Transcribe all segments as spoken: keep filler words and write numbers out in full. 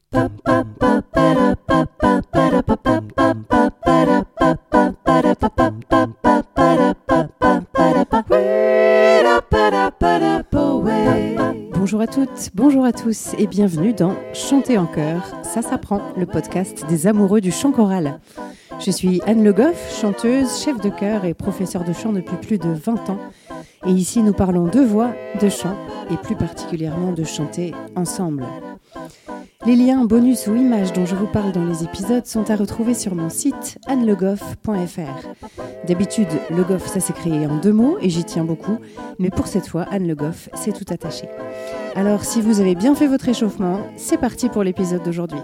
Bonjour à toutes, bonjour à tous et bienvenue dans Chanter en chœur, ça s'apprend, le podcast des amoureux du chant choral. Je suis Anne Le Goff, chanteuse, chef de chœur et professeure de chant depuis plus de vingt ans. Et ici, nous parlons de voix, de chant et plus particulièrement de chanter ensemble. Les liens, bonus ou images dont je vous parle dans les épisodes sont à retrouver sur mon site anne le goff point f r. D'habitude, Le Goff, ça s'écrit en deux mots et j'y tiens beaucoup, mais pour cette fois, Anne Le Goff, c'est tout attaché. Alors, si vous avez bien fait votre échauffement, c'est parti pour l'épisode d'aujourd'hui.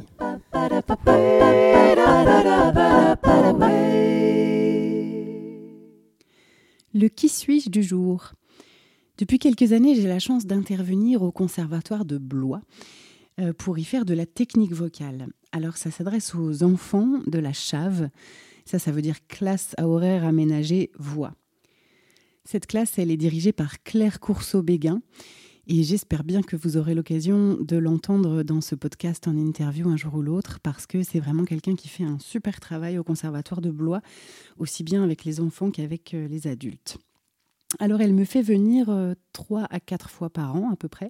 Le qui suis-je du jour. Depuis quelques années, j'ai la chance d'intervenir au Conservatoire de Blois euh, pour y faire de la technique vocale. Alors, ça s'adresse aux enfants de la Chave. Ça, ça veut dire classe à horaire aménagé voix. Cette classe, elle est dirigée par Claire Courceau-Béguin. Et j'espère bien que vous aurez l'occasion de l'entendre dans ce podcast en interview un jour ou l'autre, parce que c'est vraiment quelqu'un qui fait un super travail au Conservatoire de Blois, aussi bien avec les enfants qu'avec les adultes. Alors, elle me fait venir trois à quatre fois par an à peu près,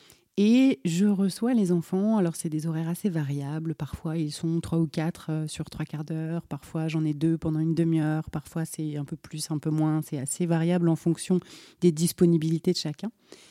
et je reçois les enfants. Alors, c'est des horaires assez variables. Parfois, ils sont trois ou quatre sur trois quarts d'heure. Parfois, j'en ai deux pendant une demi-heure. Parfois, c'est un peu plus, un peu moins. C'est assez variable en fonction des disponibilités de chacun.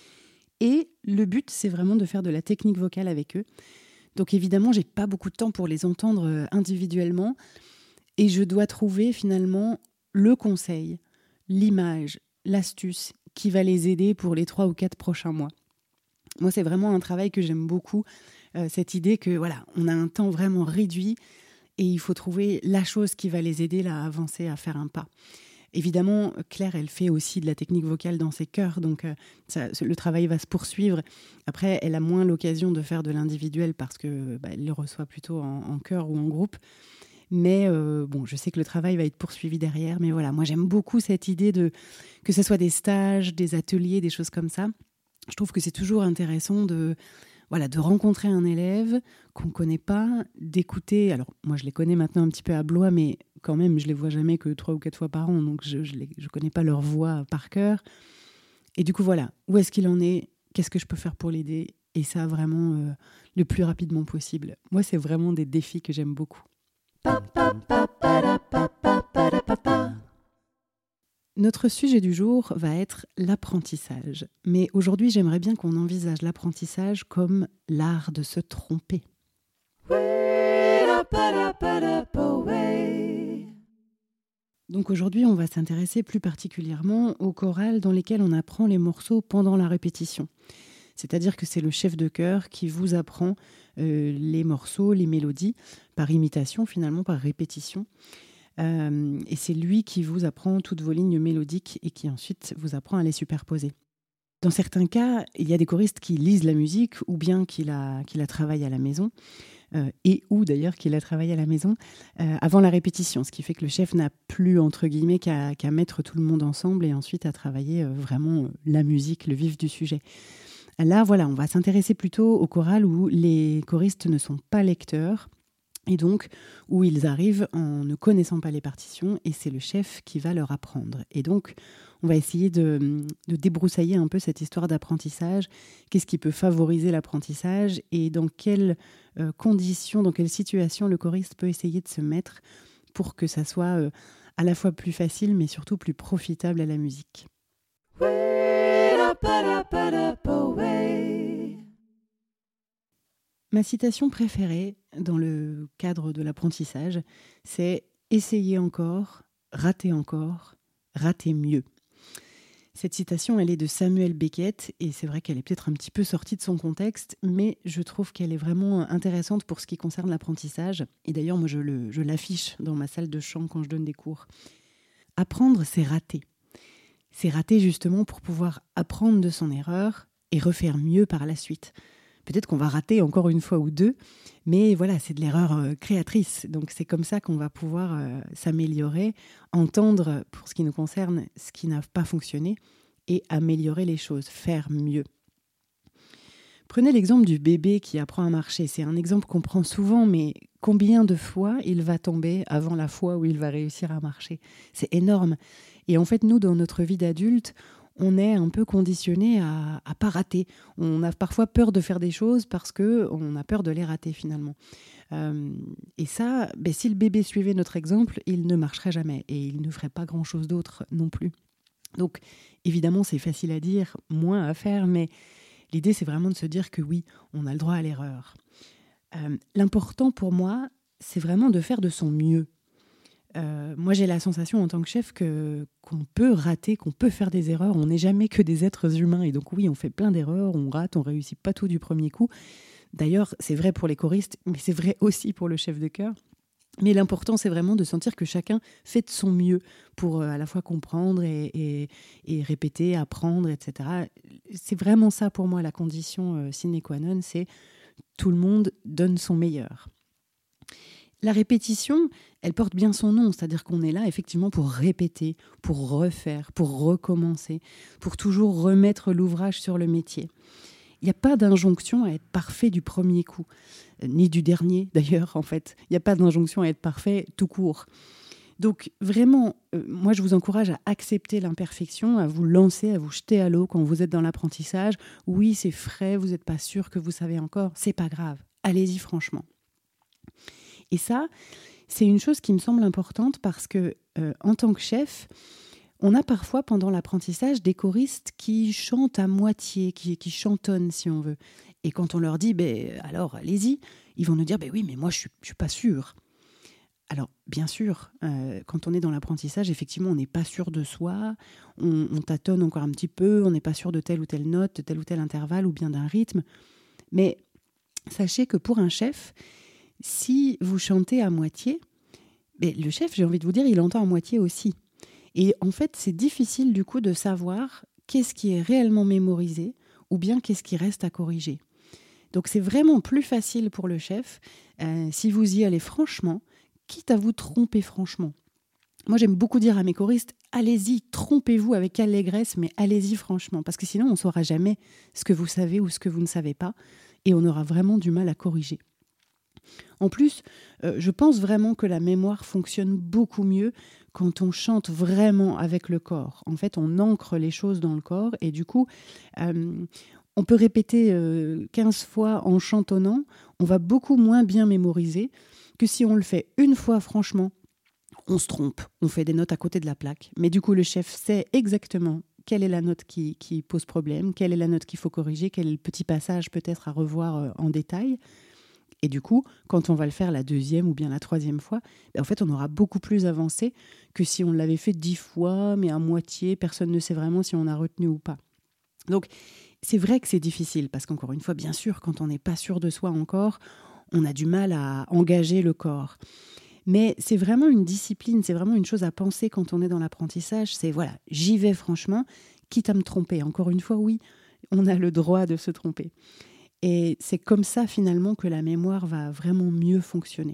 Et le but, c'est vraiment de faire de la technique vocale avec eux. Donc évidemment, j'ai pas beaucoup de temps pour les entendre individuellement. Et je dois trouver finalement le conseil, l'image, l'astuce qui va les aider pour les trois ou quatre prochains mois. Moi, c'est vraiment un travail que j'aime beaucoup. Euh, cette idée que voilà, on a un temps vraiment réduit et il faut trouver la chose qui va les aider là, à avancer, à faire un pas. Évidemment, Claire, elle fait aussi de la technique vocale dans ses chœurs, donc euh, ça, le travail va se poursuivre. Après, elle a moins l'occasion de faire de l'individuel parce que bah, elle le reçoit plutôt en, en chœur ou en groupe. Mais euh, bon, je sais que le travail va être poursuivi derrière. Mais voilà, moi j'aime beaucoup cette idée de que ce soit des stages, des ateliers, des choses comme ça. Je trouve que c'est toujours intéressant de Voilà, de rencontrer un élève qu'on ne connaît pas, d'écouter. Alors, moi, je les connais maintenant un petit peu à Blois, mais quand même, je ne les vois jamais que trois ou quatre fois par an, donc je ne connais pas leur voix par cœur. Et du coup, voilà, où est-ce qu'il en est? Qu'est-ce que je peux faire pour l'aider? Et ça, vraiment, euh, le plus rapidement possible. Moi, c'est vraiment des défis que j'aime beaucoup. Notre sujet du jour va être l'apprentissage. Mais aujourd'hui, j'aimerais bien qu'on envisage l'apprentissage comme l'art de se tromper. Donc aujourd'hui, on va s'intéresser plus particulièrement aux chorales dans lesquelles on apprend les morceaux pendant la répétition. C'est-à-dire que c'est le chef de chœur qui vous apprend euh, les morceaux, les mélodies, par imitation finalement, par répétition. Euh, et c'est lui qui vous apprend toutes vos lignes mélodiques et qui ensuite vous apprend à les superposer. Dans certains cas, il y a des choristes qui lisent la musique ou bien qui la, qui la travaillent à la maison, euh, et ou d'ailleurs qui la travaillent à la maison euh, avant la répétition, ce qui fait que le chef n'a plus, entre guillemets, qu'à, qu'à mettre tout le monde ensemble et ensuite à travailler euh, vraiment la musique, le vif du sujet. Là, voilà, on va s'intéresser plutôt au choral où les choristes ne sont pas lecteurs, et donc où ils arrivent en ne connaissant pas les partitions et c'est le chef qui va leur apprendre. Et donc, on va essayer de, de débroussailler un peu cette histoire d'apprentissage. Qu'est-ce qui peut favoriser l'apprentissage et dans quelles euh, conditions, dans quelles situations le choriste peut essayer de se mettre pour que ça soit euh, à la fois plus facile mais surtout plus profitable à la musique. Ma citation préférée dans le cadre de l'apprentissage, c'est « Essayez encore, ratez encore, ratez mieux ». Cette citation, elle est de Samuel Beckett et c'est vrai qu'elle est peut-être un petit peu sortie de son contexte, mais je trouve qu'elle est vraiment intéressante pour ce qui concerne l'apprentissage. Et d'ailleurs, moi, je, le, je l'affiche dans ma salle de chant quand je donne des cours. Apprendre, c'est rater. C'est rater justement pour pouvoir apprendre de son erreur et refaire mieux par la suite. Peut-être qu'on va rater encore une fois ou deux, mais voilà, c'est de l'erreur euh, créatrice. Donc c'est comme ça qu'on va pouvoir euh, s'améliorer, entendre, pour ce qui nous concerne, ce qui n'a pas fonctionné et améliorer les choses, faire mieux. Prenez l'exemple du bébé qui apprend à marcher. C'est un exemple qu'on prend souvent, mais combien de fois il va tomber avant la fois où il va réussir à marcher? C'est énorme. Et en fait, nous, dans notre vie d'adulte, on est un peu conditionné à ne pas rater. On a parfois peur de faire des choses parce qu'on a peur de les rater finalement. Euh, et ça, ben, si le bébé suivait notre exemple, il ne marcherait jamais et il ne ferait pas grand-chose d'autre non plus. Donc évidemment, c'est facile à dire, moins à faire, mais l'idée, c'est vraiment de se dire que oui, on a le droit à l'erreur. Euh, l'important pour moi, c'est vraiment de faire de son mieux. Euh, moi, j'ai la sensation en tant que chef que, qu'on peut rater, qu'on peut faire des erreurs. On n'est jamais que des êtres humains. Et donc oui, on fait plein d'erreurs, on rate, on réussit pas tout du premier coup. D'ailleurs, c'est vrai pour les choristes, mais c'est vrai aussi pour le chef de chœur. Mais l'important, c'est vraiment de sentir que chacun fait de son mieux pour euh, à la fois comprendre et, et, et répéter, apprendre, et cetera. C'est vraiment ça pour moi la condition euh, sine qua non, c'est tout le monde donne son meilleur. La répétition, elle porte bien son nom, c'est-à-dire qu'on est là effectivement pour répéter, pour refaire, pour recommencer, pour toujours remettre l'ouvrage sur le métier. Il n'y a pas d'injonction à être parfait du premier coup, ni du dernier d'ailleurs en fait. Il n'y a pas d'injonction à être parfait tout court. Donc vraiment, euh, moi je vous encourage à accepter l'imperfection, à vous lancer, à vous jeter à l'eau quand vous êtes dans l'apprentissage. Oui, c'est frais, vous n'êtes pas sûr que vous savez encore, c'est pas grave, allez-y franchement. Et ça, c'est une chose qui me semble importante parce que, euh, en tant que chef, on a parfois pendant l'apprentissage des choristes qui chantent à moitié, qui, qui chantonnent si on veut. Et quand on leur dit ben, « alors allez-y », ils vont nous dire ben, « oui, mais moi je ne suis pas sûr ». Alors bien sûr, euh, quand on est dans l'apprentissage, effectivement, on n'est pas sûr de soi, on, on tâtonne encore un petit peu, on n'est pas sûr de telle ou telle note, de tel ou tel intervalle ou bien d'un rythme. Mais sachez que pour un chef, si vous chantez à moitié, ben, le chef, j'ai envie de vous dire, il entend à moitié aussi. Et en fait, c'est difficile du coup de savoir qu'est-ce qui est réellement mémorisé ou bien qu'est-ce qui reste à corriger. Donc c'est vraiment plus facile pour le chef euh, si vous y allez franchement, quitte à vous tromper franchement. Moi, j'aime beaucoup dire à mes choristes, allez-y, trompez-vous avec allégresse, mais allez-y franchement, parce que sinon, on ne saura jamais ce que vous savez ou ce que vous ne savez pas, et on aura vraiment du mal à corriger. En plus, euh, je pense vraiment que la mémoire fonctionne beaucoup mieux quand on chante vraiment avec le corps. En fait, on ancre les choses dans le corps et du coup, euh, on peut répéter euh, quinze fois en chantonnant, on va beaucoup moins bien mémoriser que si on le fait une fois franchement, on se trompe, on fait des notes à côté de la plaque. Mais du coup, le chef sait exactement quelle est la note qui, qui pose problème, quelle est la note qu'il faut corriger, quel est le petit passage peut-être à revoir euh, en détail. Et du coup, quand on va le faire la deuxième ou bien la troisième fois, ben en fait, on aura beaucoup plus avancé que si on l'avait fait dix fois, mais à moitié, personne ne sait vraiment si on a retenu ou pas. Donc, c'est vrai que c'est difficile, parce qu'encore une fois, bien sûr, quand on n'est pas sûr de soi encore, on a du mal à engager le corps. Mais c'est vraiment une discipline, c'est vraiment une chose à penser quand on est dans l'apprentissage. C'est voilà, j'y vais franchement, quitte à me tromper. Encore une fois, oui, on a le droit de se tromper. Et c'est comme ça, finalement, que la mémoire va vraiment mieux fonctionner.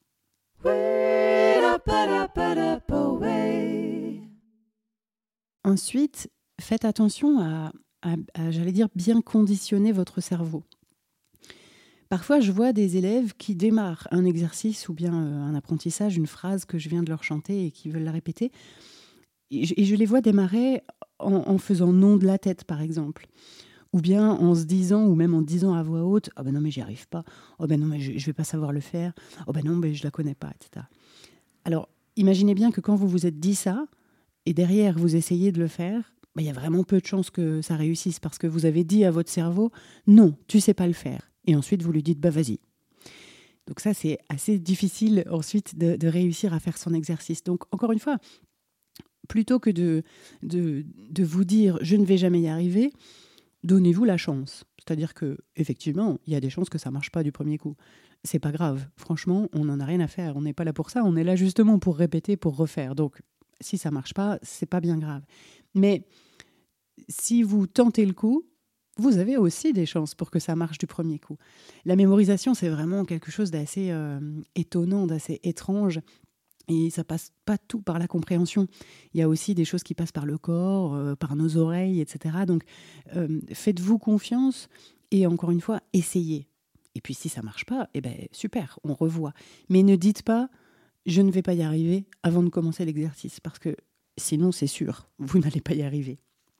Ensuite, faites attention à, à, à, j'allais dire, bien conditionner votre cerveau. Parfois, je vois des élèves qui démarrent un exercice ou bien un apprentissage, une phrase que je viens de leur chanter et qui veulent la répéter. Et je, et je les vois démarrer en, en faisant non de la tête, par exemple. Ou bien en se disant, ou même en disant à voix haute, « Ah ben non, mais j'y arrive pas. Oh ben non, mais je ne vais pas savoir le faire. Oh ben non, mais je la connais pas, et cetera » Alors, imaginez bien que quand vous vous êtes dit ça, et derrière vous essayez de le faire, ben, y a vraiment peu de chances que ça réussisse, parce que vous avez dit à votre cerveau, « Non, tu sais pas le faire. » Et ensuite, vous lui dites, « Bah vas-y. » Donc ça, c'est assez difficile ensuite de, de réussir à faire son exercice. Donc, encore une fois, plutôt que de, de, de vous dire, « Je ne vais jamais y arriver », donnez-vous la chance. C'est-à-dire que, effectivement, il y a des chances que ça ne marche pas du premier coup. C'est pas grave. Franchement, on n'en a rien à faire. On n'est pas là pour ça. On est là justement pour répéter, pour refaire. Donc, si ça ne marche pas, c'est pas bien grave. Mais si vous tentez le coup, vous avez aussi des chances pour que ça marche du premier coup. La mémorisation, c'est vraiment quelque chose d'assez euh, étonnant, d'assez étrange. Et ça passe pas tout par la compréhension. Il y a aussi des choses qui passent par le corps, euh, par nos oreilles, et cetera. Donc, euh, faites-vous confiance Et encore une fois, essayez. Et puis si ça ne marche pas, eh ben, super, on revoit. Mais ne dites pas « je ne vais pas y arriver » avant de commencer l'exercice, parce que sinon, c'est sûr, vous n'allez pas y arriver.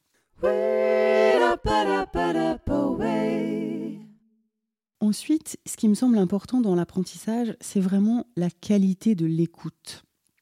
Ensuite, ce qui me semble important dans l'apprentissage, c'est vraiment la qualité de l'écoute.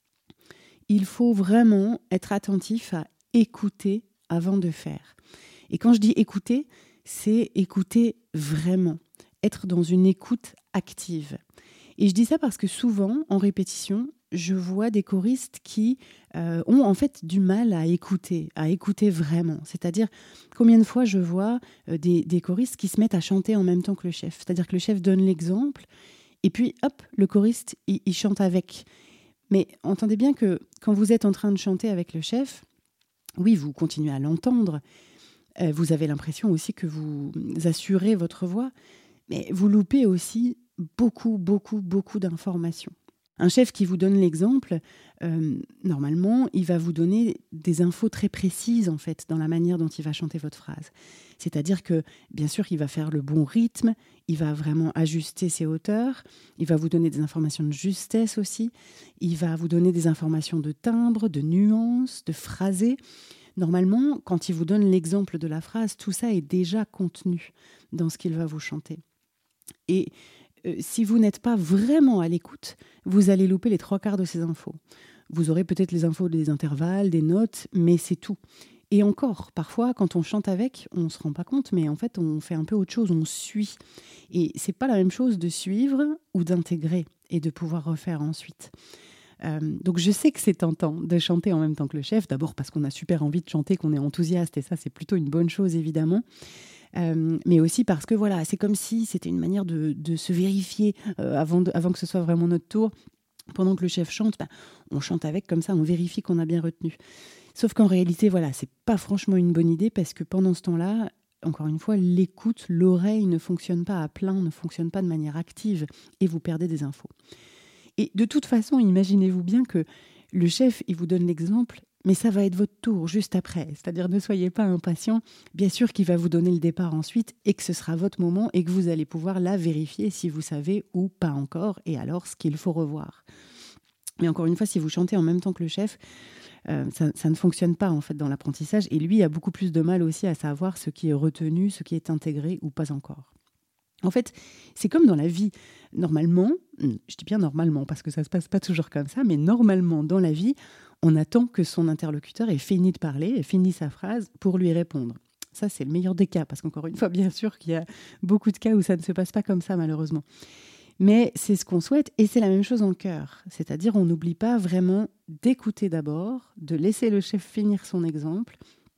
Il faut vraiment être attentif à écouter avant de faire. Et quand je dis écouter, c'est écouter vraiment, être dans une écoute active. Et je dis ça parce que souvent, en répétition, je vois des choristes qui euh, ont en fait du mal à écouter, à écouter vraiment. C'est-à-dire, combien de fois je vois euh, des, des choristes qui se mettent à chanter en même temps que le chef. C'est-à-dire que le chef donne l'exemple, et puis hop, le choriste, il, il chante avec. Mais entendez bien que quand vous êtes en train de chanter avec le chef, oui, vous continuez à l'entendre, euh, vous avez l'impression aussi que vous assurez votre voix, mais vous loupez aussi beaucoup, beaucoup, beaucoup d'informations. Un chef qui vous donne l'exemple, euh, normalement, il va vous donner des infos très précises, en fait, dans la manière dont il va chanter votre phrase. C'est-à-dire que, bien sûr, il va faire le bon rythme, il va vraiment ajuster ses hauteurs, il va vous donner des informations de justesse aussi, il va vous donner des informations de timbre, de nuances, de phrasé. Normalement, quand il vous donne l'exemple de la phrase, tout ça est déjà contenu dans ce qu'il va vous chanter. Et euh, si vous n'êtes pas vraiment à l'écoute, vous allez louper les trois quarts de ces infos. Vous aurez peut-être les infos des intervalles, des notes, mais c'est tout. Et encore, parfois, quand on chante avec, on ne se rend pas compte, mais en fait, on fait un peu autre chose, on suit. Et c'est pas la même chose de suivre ou d'intégrer et de pouvoir refaire ensuite. Euh, donc je sais que c'est tentant de chanter en même temps que le chef, d'abord parce qu'on a super envie de chanter, qu'on est enthousiaste, et ça, c'est plutôt une bonne chose, évidemment. Euh, mais aussi parce que voilà, c'est comme si c'était une manière de, de se vérifier euh, avant, de, avant que ce soit vraiment notre tour. Pendant que le chef chante, ben, on chante avec, comme ça on vérifie qu'on a bien retenu. Sauf qu'en réalité, voilà, c'est pas franchement une bonne idée parce que pendant ce temps-là, encore une fois, l'écoute, l'oreille ne fonctionne pas à plein, ne fonctionne pas de manière active et vous perdez des infos. Et de toute façon, imaginez-vous bien que le chef, il vous donne l'exemple, mais ça va être votre tour juste après. C'est-à-dire, ne soyez pas impatient. Bien sûr qu'il va vous donner le départ ensuite et que ce sera votre moment et que vous allez pouvoir la vérifier si vous savez ou pas encore et alors ce qu'il faut revoir. Mais encore une fois, si vous chantez en même temps que le chef, euh, ça, ça ne fonctionne pas en fait dans l'apprentissage et lui a beaucoup plus de mal aussi à savoir ce qui est retenu, ce qui est intégré ou pas encore. En fait, c'est comme dans la vie. Normalement, je dis bien normalement parce que ça ne se passe pas toujours comme ça, mais normalement dans la vie, on attend que son interlocuteur ait fini de parler, ait fini sa phrase pour lui répondre. Ça, c'est le meilleur des cas, parce qu'encore une fois, bien sûr qu'il y a beaucoup de cas où ça ne se passe pas comme ça, malheureusement. Mais c'est ce qu'on souhaite, et c'est la même chose en chœur. C'est-à-dire, on n'oublie pas vraiment d'écouter d'abord, de laisser le chef finir son exemple,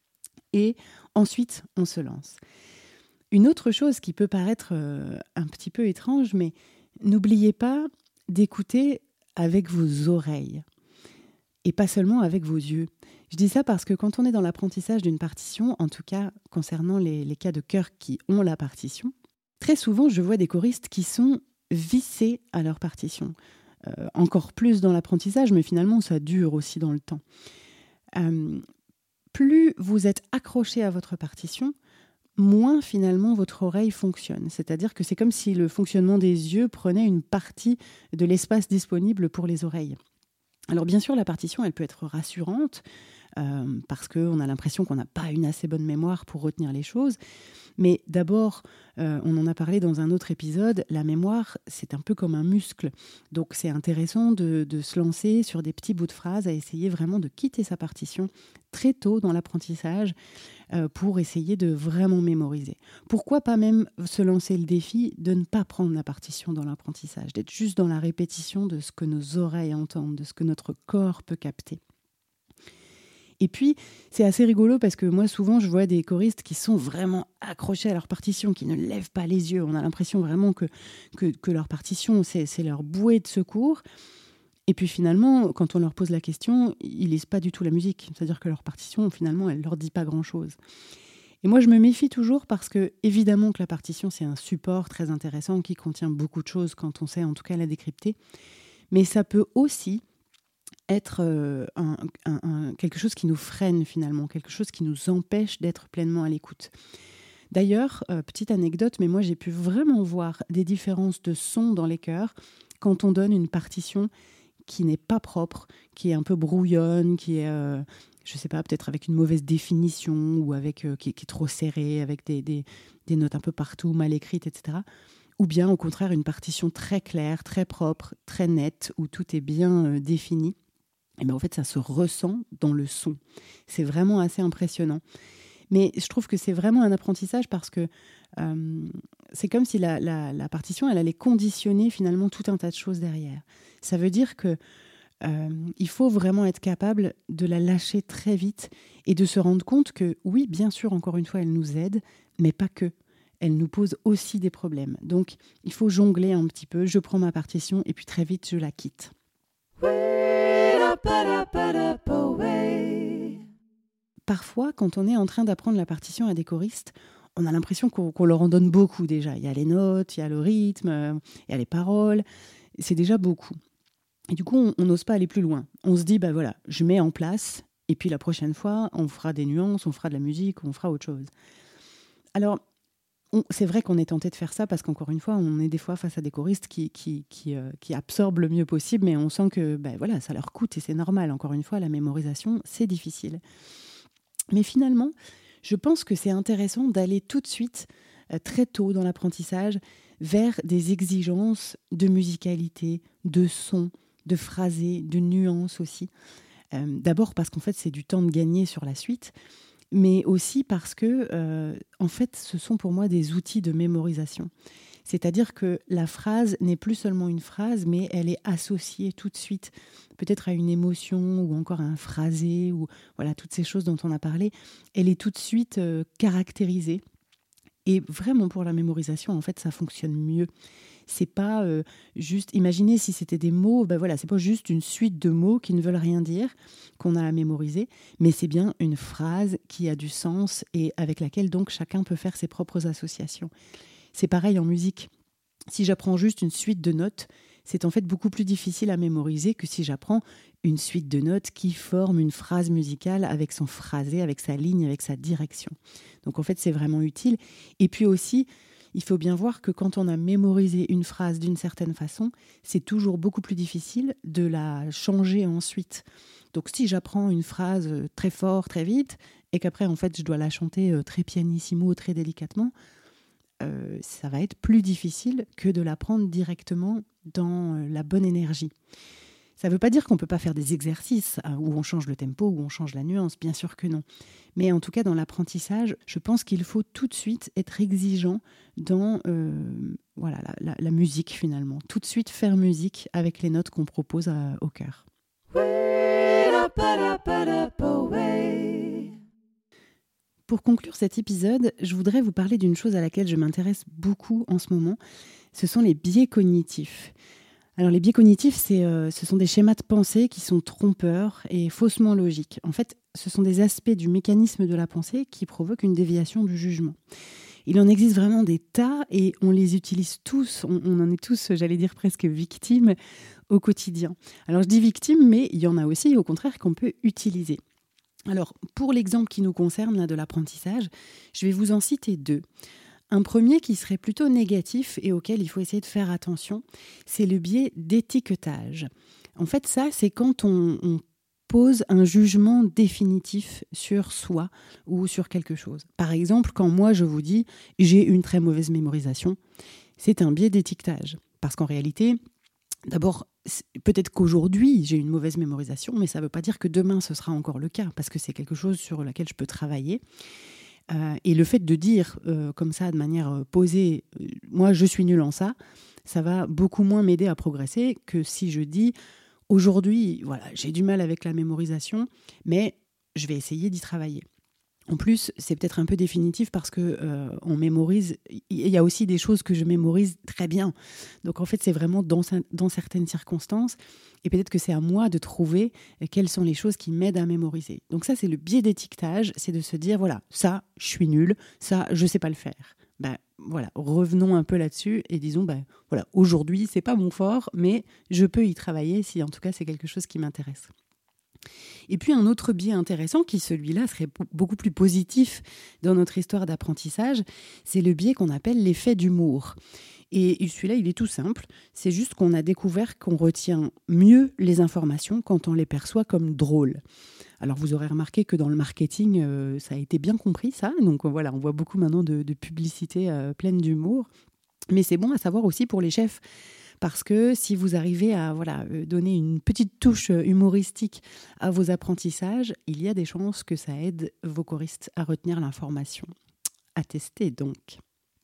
et ensuite, on se lance. Une autre chose qui peut paraître euh, un petit peu étrange, mais n'oubliez pas d'écouter avec vos oreilles et pas seulement avec vos yeux. Je dis ça parce que quand on est dans l'apprentissage d'une partition, en tout cas concernant les, les cas de chœur qui ont la partition, très souvent je vois des choristes qui sont vissés à leur partition. Euh, encore plus dans l'apprentissage, mais finalement ça dure aussi dans le temps. Euh, plus vous êtes accroché à votre partition, moins finalement votre oreille fonctionne. C'est-à-dire que c'est comme si le fonctionnement des yeux prenait une partie de l'espace disponible pour les oreilles. Alors bien sûr, la partition, elle peut être rassurante euh, parce qu'on a l'impression qu'on n'a pas une assez bonne mémoire pour retenir les choses. Mais d'abord, euh, on en a parlé dans un autre épisode, la mémoire, c'est un peu comme un muscle. Donc c'est intéressant de, de se lancer sur des petits bouts de phrases, à essayer vraiment de quitter sa partition très tôt dans l'apprentissage euh, pour essayer de vraiment mémoriser. Pourquoi pas même se lancer le défi de ne pas prendre la partition dans l'apprentissage, d'être juste dans la répétition de ce que nos oreilles entendent, de ce que notre corps peut capter. Et puis, c'est assez rigolo parce que moi, souvent, je vois des choristes qui sont vraiment accrochés à leur partition, qui ne lèvent pas les yeux. On a l'impression vraiment que, que, que leur partition, c'est, c'est leur bouée de secours. Et puis finalement, quand on leur pose la question, ils lisent pas du tout la musique. C'est-à-dire que leur partition, finalement, elle leur dit pas grand-chose. Et moi, je me méfie toujours parce que, évidemment, que la partition, c'est un support très intéressant qui contient beaucoup de choses quand on sait, en tout cas, la décrypter. Mais ça peut aussi être euh, un, un, un, quelque chose qui nous freine finalement, quelque chose qui nous empêche d'être pleinement à l'écoute. D'ailleurs, euh, petite anecdote, mais moi j'ai pu vraiment voir des différences de son dans les chœurs quand on donne une partition qui n'est pas propre, qui est un peu brouillonne, qui est, euh, je sais pas, peut-être avec une mauvaise définition ou avec euh, qui, qui est trop serrée, avec des, des, des notes un peu partout, mal écrites, et cetera. Ou bien au contraire une partition très claire, très propre, très nette, où tout est bien euh, défini. Et bien en fait ça se ressent dans le son. C'est vraiment assez impressionnant. Mais je trouve que c'est vraiment un apprentissage parce que euh, c'est comme si la, la, la partition, elle allait conditionner finalement tout un tas de choses derrière. Ça veut dire que euh, il faut vraiment être capable de la lâcher très vite et de se rendre compte que oui, bien sûr, encore une fois, elle nous aide, mais pas que. Elle nous pose aussi des problèmes. Donc, il faut jongler un petit peu. Je prends ma partition et puis très vite, je la quitte. Parfois, quand on est en train d'apprendre la partition à des choristes, on a l'impression qu'on, qu'on leur en donne beaucoup déjà. Il y a les notes, il y a le rythme, il y a les paroles. C'est déjà beaucoup. Et du coup, on n'ose pas aller plus loin. On se dit, bah voilà, je mets en place, et puis la prochaine fois, on fera des nuances, on fera de la musique, on fera autre chose. Alors, on, c'est vrai qu'on est tenté de faire ça parce qu'encore une fois, on est des fois face à des choristes qui, qui, qui, euh, qui absorbent le mieux possible, mais on sent que bah voilà, ça leur coûte et c'est normal. Encore une fois, la mémorisation, c'est difficile. Mais finalement, je pense que c'est intéressant d'aller tout de suite, euh, très tôt dans l'apprentissage, vers des exigences de musicalité, de son, de phrasé, de nuances aussi. Euh, d'abord parce qu'en fait, c'est du temps de gagner sur la suite, mais aussi parce que, euh, en fait, ce sont pour moi des outils de mémorisation. C'est-à-dire que la phrase n'est plus seulement une phrase, mais elle est associée tout de suite, peut-être à une émotion ou encore à un phrasé, ou voilà, toutes ces choses dont on a parlé. Elle est tout de suite euh, caractérisée. Et vraiment, pour la mémorisation, en fait, ça fonctionne mieux. C'est pas euh, juste... Imaginez si c'était des mots, ben voilà, c'est pas juste une suite de mots qui ne veulent rien dire, qu'on a à mémoriser, mais c'est bien une phrase qui a du sens et avec laquelle, donc, chacun peut faire ses propres associations. C'est pareil en musique. Si j'apprends juste une suite de notes, c'est en fait beaucoup plus difficile à mémoriser que si j'apprends une suite de notes qui forme une phrase musicale avec son phrasé, avec sa ligne, avec sa direction. Donc en fait, c'est vraiment utile. Et puis aussi, il faut bien voir que quand on a mémorisé une phrase d'une certaine façon, c'est toujours beaucoup plus difficile de la changer ensuite. Donc si j'apprends une phrase très fort, très vite, et qu'après, en fait, je dois la chanter très pianissimo, très délicatement, Euh, ça va être plus difficile que de l'apprendre directement dans la bonne énergie. Ça ne veut pas dire qu'on ne peut pas faire des exercices hein, où on change le tempo, où on change la nuance, bien sûr que non. Mais en tout cas, dans l'apprentissage, je pense qu'il faut tout de suite être exigeant dans euh, voilà, la, la, la musique finalement. Tout de suite faire musique avec les notes qu'on propose à, au chœur. Pour conclure cet épisode, je voudrais vous parler d'une chose à laquelle je m'intéresse beaucoup en ce moment. Ce sont les biais cognitifs. Alors les biais cognitifs, c'est, euh, ce sont des schémas de pensée qui sont trompeurs et faussement logiques. En fait, ce sont des aspects du mécanisme de la pensée qui provoquent une déviation du jugement. Il en existe vraiment des tas et on les utilise tous, on, on en est tous, j'allais dire presque victimes au quotidien. Alors je dis victimes, mais il y en a aussi au contraire qu'on peut utiliser. Alors, pour l'exemple qui nous concerne, là, de l'apprentissage, je vais vous en citer deux. Un premier qui serait plutôt négatif et auquel il faut essayer de faire attention, c'est le biais d'étiquetage. En fait, ça, c'est quand on, on pose un jugement définitif sur soi ou sur quelque chose. Par exemple, quand moi, je vous dis « j'ai une très mauvaise mémorisation », c'est un biais d'étiquetage. Parce qu'en réalité... D'abord, peut-être qu'aujourd'hui, j'ai une mauvaise mémorisation, mais ça ne veut pas dire que demain, ce sera encore le cas, parce que c'est quelque chose sur lequel je peux travailler. Euh, et le fait de dire euh, comme ça, de manière posée, euh, moi, je suis nulle en ça, ça va beaucoup moins m'aider à progresser que si je dis, aujourd'hui, voilà, j'ai du mal avec la mémorisation, mais je vais essayer d'y travailler. En plus, c'est peut-être un peu définitif parce que euh, on mémorise. Il y a aussi des choses que je mémorise très bien. Donc en fait, c'est vraiment dans, dans certaines circonstances. Et peut-être que c'est à moi de trouver quelles sont les choses qui m'aident à mémoriser. Donc ça, c'est le biais d'étiquetage. C'est de se dire, voilà, ça, je suis nulle. Ça, je sais pas le faire. Ben voilà, revenons un peu là-dessus et disons, ben voilà, aujourd'hui, c'est pas mon fort, mais je peux y travailler si en tout cas c'est quelque chose qui m'intéresse. Et puis un autre biais intéressant, qui celui-là serait beaucoup plus positif dans notre histoire d'apprentissage, c'est le biais qu'on appelle l'effet d'humour. Et celui-là, il est tout simple, c'est juste qu'on a découvert qu'on retient mieux les informations quand on les perçoit comme drôles. Alors vous aurez remarqué que dans le marketing, euh, ça a été bien compris ça, donc voilà, on voit beaucoup maintenant de, de publicités euh, pleines d'humour. Mais c'est bon à savoir aussi pour les chefs. Parce que si vous arrivez à voilà, donner une petite touche humoristique à vos apprentissages, il y a des chances que ça aide vos choristes à retenir l'information. À tester donc.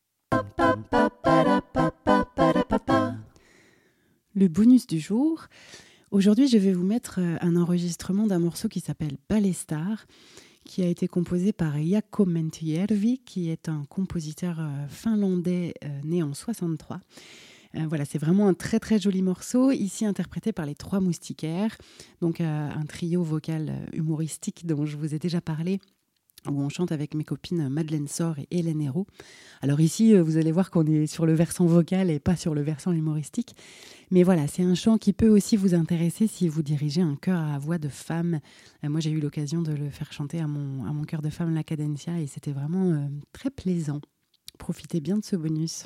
Le bonus du jour. Aujourd'hui, je vais vous mettre un enregistrement d'un morceau qui s'appelle Ballet Star, qui a été composé par Jaakko Mäntyjärvi, qui est un compositeur finlandais né en soixante-trois. Euh, voilà, c'est vraiment un très très joli morceau, ici interprété par les Trois Moustiquaires, donc euh, un trio vocal humoristique dont je vous ai déjà parlé, où on chante avec mes copines Madeleine Sor et Hélène Hérault. Alors ici, vous allez voir qu'on est sur le versant vocal et pas sur le versant humoristique. Mais voilà, c'est un chant qui peut aussi vous intéresser si vous dirigez un chœur à voix de femme. Euh, moi, j'ai eu l'occasion de le faire chanter à mon, à mon chœur de femme, la Cadencia, et c'était vraiment euh, très plaisant. Profitez bien de ce bonus.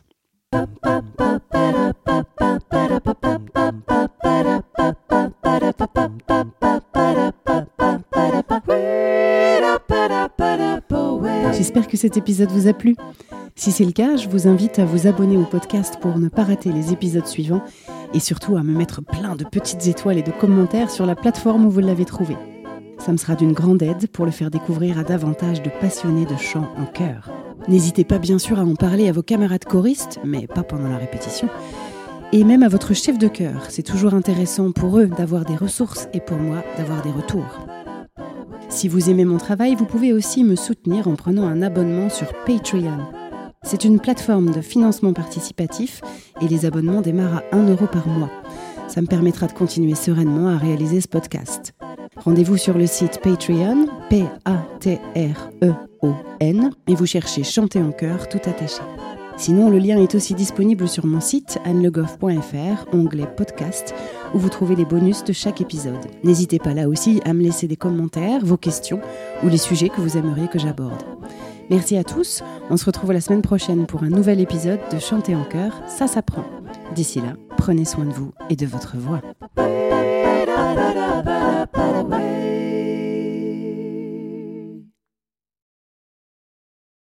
J'espère que cet épisode vous a plu. Si c'est le cas, je vous invite à vous abonner au podcast pour ne pas rater les épisodes suivants et surtout à me mettre plein de petites étoiles et de commentaires sur la plateforme où vous l'avez trouvé. Ça me sera d'une grande aide pour le faire découvrir à davantage de passionnés de chant en chœur. N'hésitez pas bien sûr à en parler à vos camarades choristes, mais pas pendant la répétition, et même à votre chef de chœur. C'est toujours intéressant pour eux d'avoir des ressources et pour moi d'avoir des retours. Si vous aimez mon travail, vous pouvez aussi me soutenir en prenant un abonnement sur Patreon. C'est une plateforme de financement participatif et les abonnements démarrent à un euro par mois. Ça me permettra de continuer sereinement à réaliser ce podcast. Rendez-vous sur le site Patreon, P A T R E O N, et vous cherchez Chanter en chœur tout attaché. Sinon, le lien est aussi disponible sur mon site annelegoff point f r, onglet podcast, où vous trouvez les bonus de chaque épisode. N'hésitez pas là aussi à me laisser des commentaires, vos questions ou les sujets que vous aimeriez que j'aborde. Merci à tous, on se retrouve la semaine prochaine pour un nouvel épisode de Chanter en chœur, ça s'apprend. D'ici là, prenez soin de vous et de votre voix. Away.